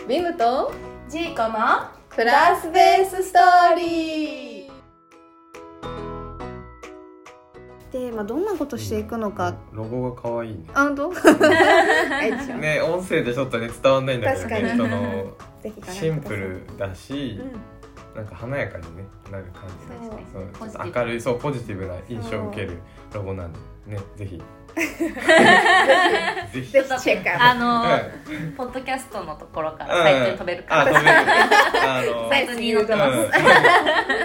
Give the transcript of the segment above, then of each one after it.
ビムとジーコのクラスベースストーリーで、どんなことしていくのか。 ロゴが可愛いね。 本当？ ね、音声でちょっとね伝わんないんだけどね、そのぜひシンプルだし、なんか華やかにねなる感じで、そうちょっと明るい、そうポジティブな印象を受けるロゴなんでね、ぜひぜひチェックポッドキャストのところからサイトに飛べるから、サイトに載ってます。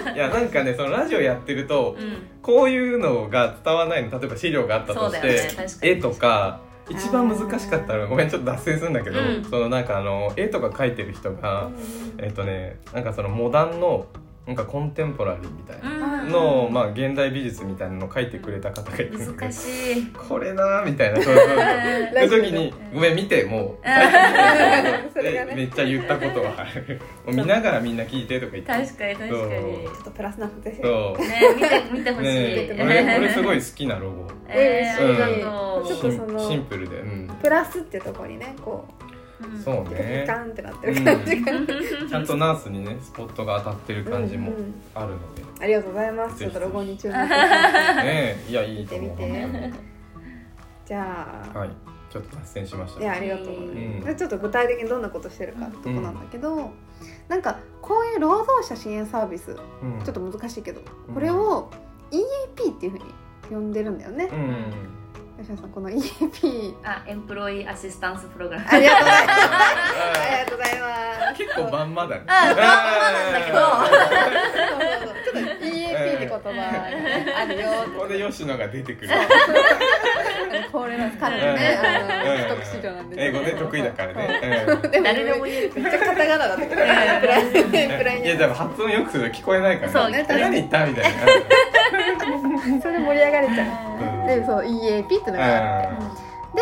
いやなんかね、そのラジオやってると、こういうのが伝わらないの。例えば資料があったとして、絵とか一番難しかったのが、ごめんちょっと脱線するんだけど、そのなんか絵とか描いてる人が、なんかそのモダンのなんかコンテンポラリーみたいなのを、現代美術みたいなのを描いてくれた方がいるんだけど、 難しいこれなみたいなそういう時にごめん見てもうめっちゃ言ったことがある。もう見ながらみんな聞いてとか言って、 確かにちょっとプラスなことですよね。 見てほしい。 俺すごい好きなロゴ。 ありがとう。ちょっとそのシンプルで、 プラスっていうところにね、こうそうね、 ガンってなってる感じが、 ちゃんとナースにねスポットが当たってる感じもあるので、 ありがとうございます。ちょっとロゴに注目してね、いやいいと思う。 じゃあ、 はい、ちょっと脱線しました。 いやありがとう。ちょっと具体的にどんなことしてるかってとこなんだけど、なんかこういう労働者支援サービス、ちょっと難しいけど、これを EAP っていう風に呼んでるんだよね。吉野さん、この EAP、 エンプロイアシスタンスプログラム、 ありがとうございます。ありがとうございます。 結構まんまだね。 なんだけど、 ちょっと EAP って言葉があるよ。 ここで吉野が出てくる。 これは彼のね、取得市場なんで、 英語ね得意だからね。 誰でも言える。 めっちゃカタカナだったけど、 いやでも発音よくすると聞こえないから。 そう、 何言ったみたいな。 それで盛り上がれちゃう。で、そう EAP ってのがあって、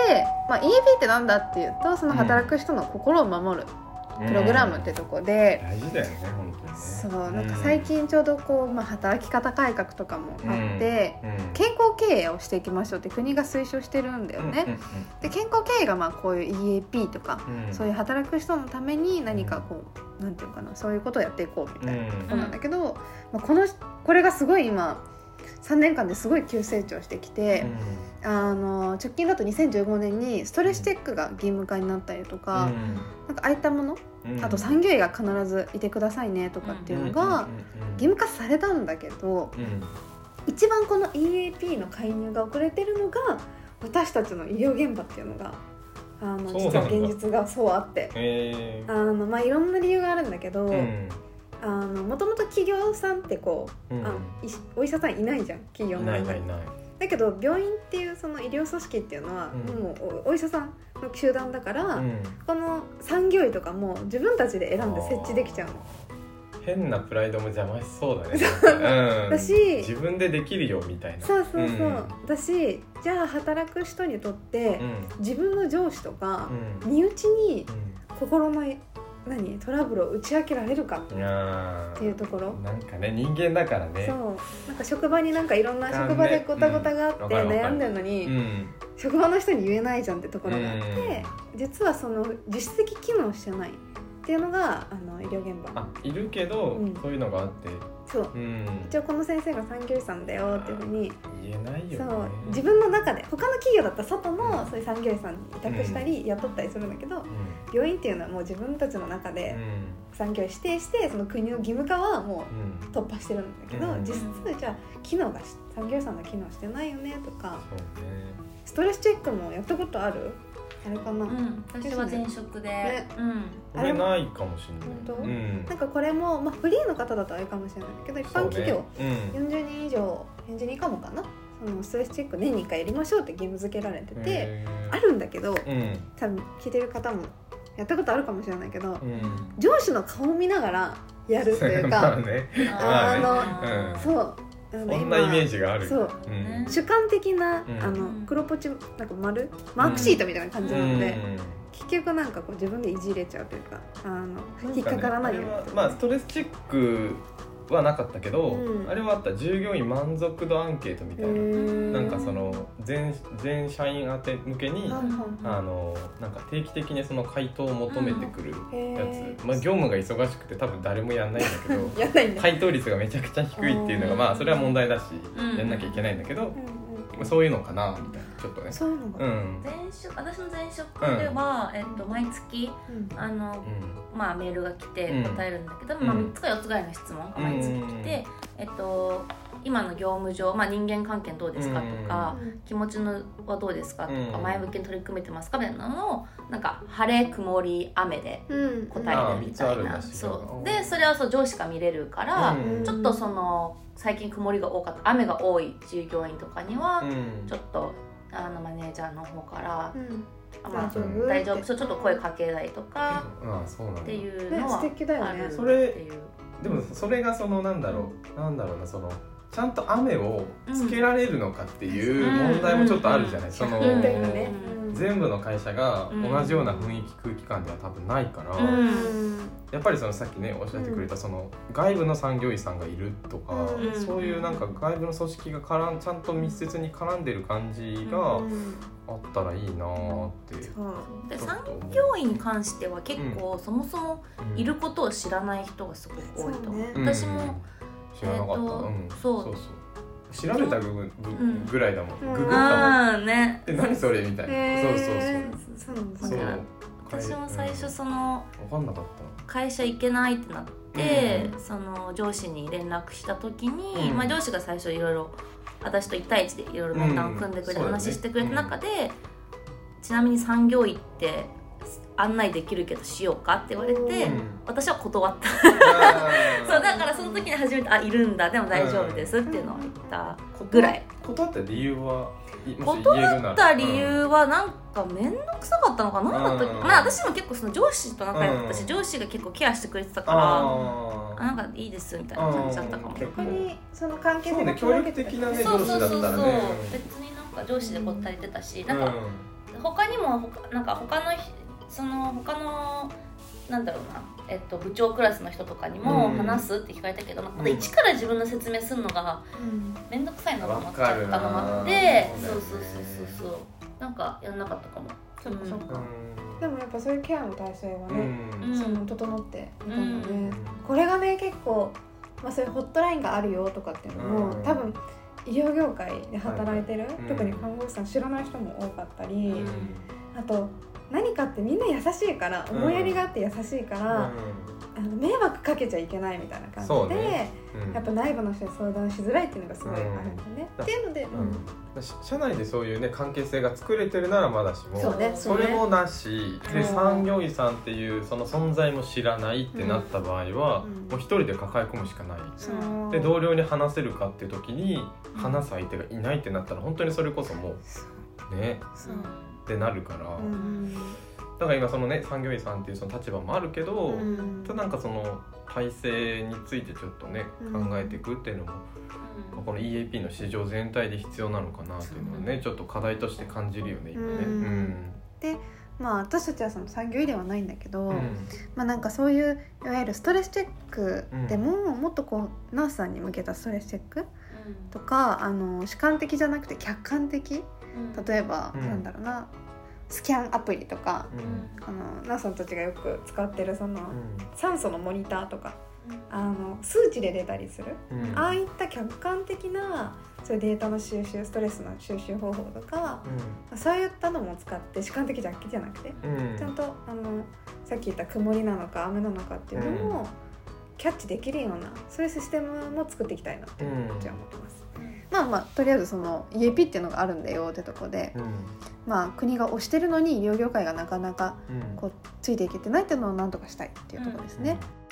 で、EAP ってなんだっていうと、その働く人の心を守るプログラムってとこで、 大事だよね、本当にね。 そう、なんか最近ちょうどこう、働き方改革とかもあって、健康経営をしていきましょうって国が推奨してるんだよね。で、健康経営がこういう EAP とか、そういう働く人のために何かこう、なんていうかな、そういうことをやっていこうみたいなことなんだけど、これがすごい今3年間ですごい急成長してきて、直近だと2015年にストレスチェックが義務化になったりとか、なんかああいったもの、あと産業医が必ずいてくださいねとかっていうのが義務化されたんだけど、一番この EAP の介入が遅れてるのが私たちの医療現場っていうのが実は現実がそうあって、いろんな理由があるんだけど、もともと企業さんってこう、お医者さんいないじゃん、企業の中に。だけど病院っていうその医療組織っていうのは、もうお医者さんの集団だから、この産業医とかも自分たちで選んで設置できちゃうの。 変なプライドも邪魔しそうだね。 だし、 自分でできるよみたいな。 そうだし、じゃあ働く人にとって、自分の上司とか、身内に心のトラブルを打ち明けられるかっていうところ。 なんかね、人間だからね。 そう、なんか職場になんかいろんな職場でゴタゴタがあって悩んでるのに、職場の人に言えないじゃんってところがあって、実はその実質的機能してないっていうのが医療現場いるけど、そういうのがあって、 そう、一応この先生が産業医さんだよっていうふうに言えないよね。 そう、自分の中で他の企業だったら外のそういう産業医さんに委託したり雇ったりするんだけど、病院っていうのはもう自分たちの中で産業医指定して、その国の義務化はもう突破してるんだけど、実質じゃあ機能が産業医さんの機能してないよねとか、ストレスチェックもやったことある？あれかな、 私は前職で、 これないかもしれない。 なんかこれも、フリーの方だとあれかもしれないけど、一般企業、40人以上、40人以下もかな、そのストレスチェック年に1回やりましょうって義務付けられてて、あるんだけど、多分聞いてる方もやったことあるかもしれないけど、上司の顔を見ながらやるっていうか、そう、 そんなイメージがある。 そう、主観的な黒ポチなんかマークシートみたいな感じなので、結局なんかこう自分でいじれちゃうというか、引っかからないように。 ストレスチェックはなかったけど、あれはあった従業員満足度アンケートみたいな、なんかその全社員宛て向けに、なんか定期的にその回答を求めてくるやつ、業務が忙しくて多分誰もやんないんだけどやんないんだ。 回答率がめちゃくちゃ低いっていうのがそれは問題だし、やんなきゃいけないんだけど、そういうのかなみたいな、ちょっとね。 そういうのが、 私の前職では、毎月メールが来て答えるんだけど、3つか4つぐらいの質問が毎月来て、今の業務上、人間関係どうですかとか、気持ちのはどうですかとか、前向きに取り組めてますかみたいなのをなんか晴れ曇り雨で答えるみたいな、そうでそれは上司が見れるから、ちょっとその最近曇りが多かった雨が多い従業員とかには、ちょっとマネージャーの方から、大丈夫、ちょっと声かけないとかっていうのはあるっていう。 それでもそれがそのなんだろうな、そのちゃんと雨をつけられるのかっていう問題もちょっとあるじゃない。その全部の会社が同じような雰囲気空気感では多分ないから、やっぱりそのさっきねおっしゃってくれたその外部の産業医さんがいるとか、そういうなんか外部の組織がちゃんと密接に絡んでる感じがあったらいいなーって。 で産業医に関しては結構そもそもいることを知らない人がすごく多いと思う。私も知らなかった。そう調べたぐらいだもん。ググったもん。 ね。 何それみたいな。そう。 私も最初その分かんなかった。 会社行けないってなって、その上司に連絡した時に、上司が最初いろいろ私と1対1でいろいろ面談を組んでくれて話してくれた中で、ちなみに産業医って案内できるけどしようかって言われて、私は断ったそうだからその時に初めているんだ、でも大丈夫ですっていうのを言ったぐらい。 断った理由は断った理由はなんか面倒くさかったのかな。私も結構その上司と仲良かったし、上司が結構ケアしてくれてたからなんかいいですみたいな感じだったかも。 逆にその関係性が協力的なね上司だったらね、 別になんか上司でこったりてたし、なんか他にもなんか他のなんだろうな、部長クラスの人とかにも話すって聞かれたけど、また一から自分の説明するのが面倒くさいなと思っちゃったのもあって、そうなんかやんなかったかも。 そっか。でもやっぱそういうケアの体制はね、その整ってみたいなね。これがね結構、そういうホットラインがあるよとかっていうのも多分医療業界で働いてる、特に看護師さん知らない人も多かったり、あと何かってみんな優しいから、思いやりがあって優しいから、迷惑かけちゃいけないみたいな感じで、やっぱ内部の人に相談しづらいっていうのがすごいあるんだね。っていうので、 社内でそういうね関係性が作れてるならまだしも、それもなしで産業医さんっていうその存在も知らないってなった場合は、もう一人で抱え込むしかない。で同僚に話せるかっていう時に話す相手がいないってなったら本当にそれこそもうねってなるから、だから今そのね産業医さんっていうその立場もあるけど、なんかその体制についてちょっとね考えていくっていうのも、この EAP の市場全体で必要なのかなっていうのをねちょっと課題として感じるよね今ね。 で私たちはその産業医ではないんだけど、なんかそういういわゆるストレスチェックでも、もっとこうナースさんに向けたストレスチェックとか、主観的じゃなくて客観的、例えば、なんだろうな、スキャンアプリとか、ナースさんたちがよく使ってるその、酸素のモニターとか、数値で出たりする、ああいった客観的なそういうデータの収集、ストレスの収集方法とか、そういったのも使って主観的だけじゃなくて、ちゃんとさっき言った曇りなのか雨なのかっていうのもキャッチできるような、そういうシステムも作っていきたいなってこっちは思ってます。とりあえずその EAP っていうのがあるんだよってとこで、国が推してるのに医療業界がなかなかこうついていけてないっていうのをなんとかしたいっていうところですね。